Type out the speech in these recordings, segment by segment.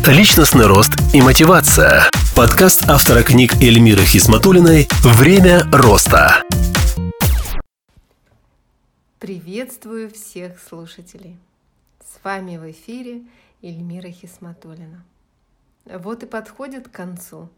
Личностный рост и мотивация. Подкаст автора книг Эльмиры Хисматуллиной «Время роста». Приветствую всех слушателей. С вами в эфире Эльмира Хисматуллина. Вот и подходит к концу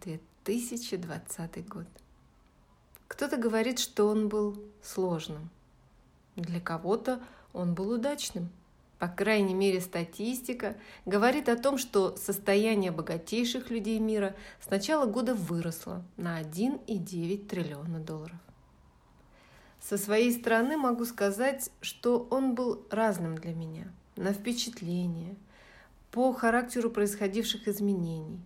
2020 год. Кто-то говорит, что он был сложным. Для кого-то он был удачным. По крайней мере, статистика говорит о том, что состояние богатейших людей мира с начала года выросло на 1,9 триллиона долларов. Со своей стороны могу сказать, что он был разным для меня, на впечатление, по характеру происходивших изменений.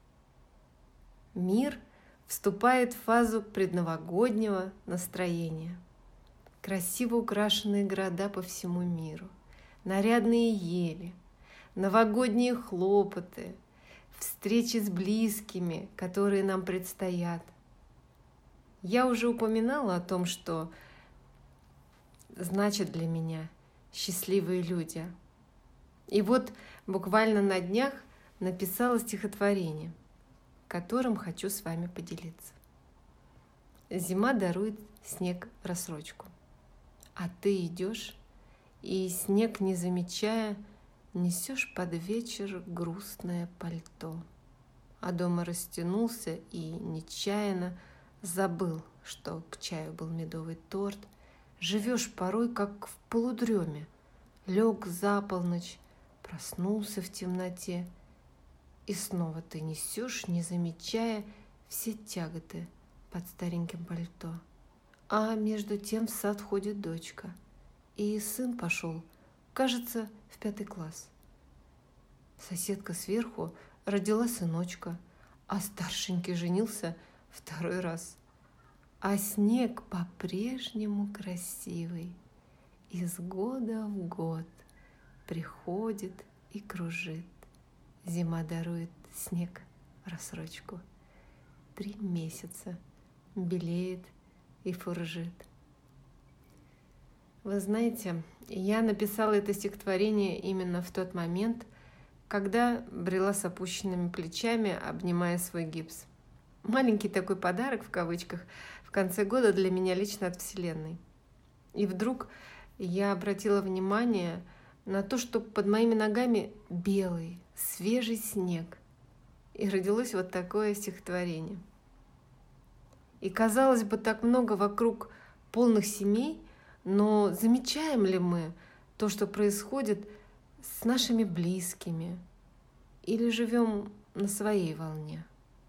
Мир вступает в фазу предновогоднего настроения. Красиво украшенные города по всему миру, нарядные ели, новогодние хлопоты, встречи с близкими, которые нам предстоят. Я уже упоминала о том, что значит для меня счастливые люди. И вот буквально на днях написала стихотворение, которым хочу с вами поделиться. Зима дарует снег в рассрочку, а ты идешь и, снег не замечая, несешь под вечер грустное пальто. А дома растянулся и нечаянно забыл, что к чаю был медовый торт. Живешь порой, как в полудреме. Лег за полночь, проснулся в темноте. И снова ты несешь, не замечая, все тяготы под стареньким пальто. А между тем в сад ходит дочка. И сын пошел, кажется, в 5 класс. Соседка сверху родила сыночка, а старшенький женился 2 раз. А снег по-прежнему красивый, из года в год приходит и кружит. Зима дарует снег в рассрочку. 3 месяца белеет и фуржит. Вы знаете, я написала это стихотворение именно в тот момент, когда брела с опущенными плечами, обнимая свой гипс. Маленький такой подарок, в кавычках, в конце года для меня лично от Вселенной. И вдруг я обратила внимание на то, что под моими ногами белый, свежий снег. И родилось вот такое стихотворение. И казалось бы, так много вокруг полных семей, но замечаем ли мы то, что происходит с нашими близкими, или живем на своей волне?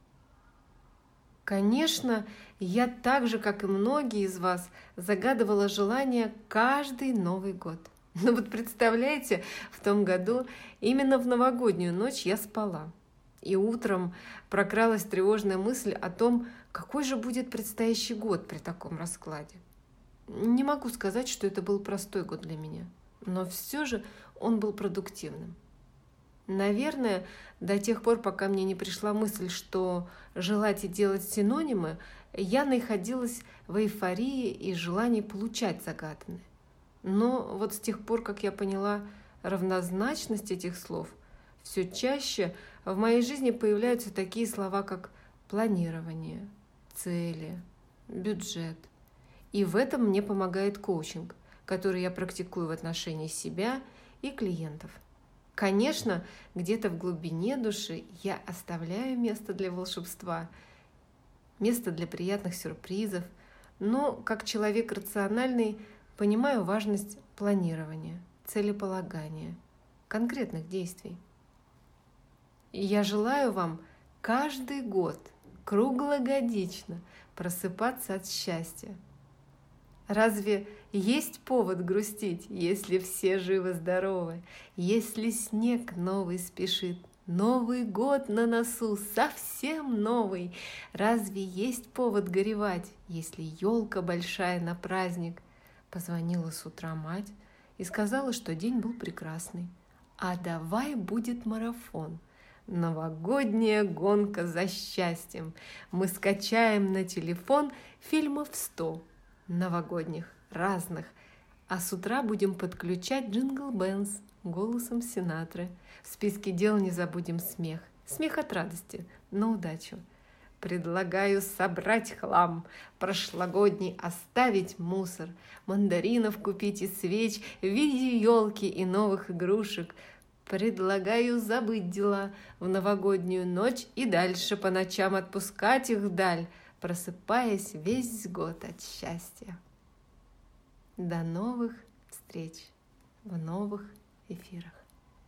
Конечно, я так же, как и многие из вас, загадывала желание каждый Новый год. Но вот представляете, в том году именно в новогоднюю ночь я спала. И утром прокралась тревожная мысль о том, какой же будет предстоящий год при таком раскладе. Не могу сказать, что это был простой год для меня, но все же он был продуктивным. Наверное, до тех пор, пока мне не пришла мысль, что желать и делать синонимы, я находилась в эйфории и желании получать загаданное. Но вот с тех пор, как я поняла равнозначность этих слов, все чаще в моей жизни появляются такие слова, как планирование, цели, бюджет. И в этом мне помогает коучинг, который я практикую в отношении себя и клиентов. Конечно, где-то в глубине души я оставляю место для волшебства, место для приятных сюрпризов, но как человек рациональный понимаю важность планирования, целеполагания, конкретных действий. И я желаю вам каждый год круглогодично просыпаться от счастья. Разве есть повод грустить, если все живы-здоровы, если снег новый спешит, Новый год на носу, совсем новый? Разве есть повод горевать, если елка большая на праздник? Позвонила с утра мать и сказала, что день был прекрасный. А давай будет марафон. Новогодняя гонка за счастьем. Мы скачаем на телефон фильмов 100 новогодних, разных, А с утра будем подключать Джингл Бенс голосом Синатры. В списке дел не забудем смех. Смех от радости, на удачу. Предлагаю собрать хлам, прошлогодний оставить мусор, мандаринов купить и свеч в виде елки и новых игрушек. Предлагаю забыть дела в новогоднюю ночь и дальше по ночам отпускать их вдаль, просыпаясь весь год от счастья. До новых встреч в новых эфирах.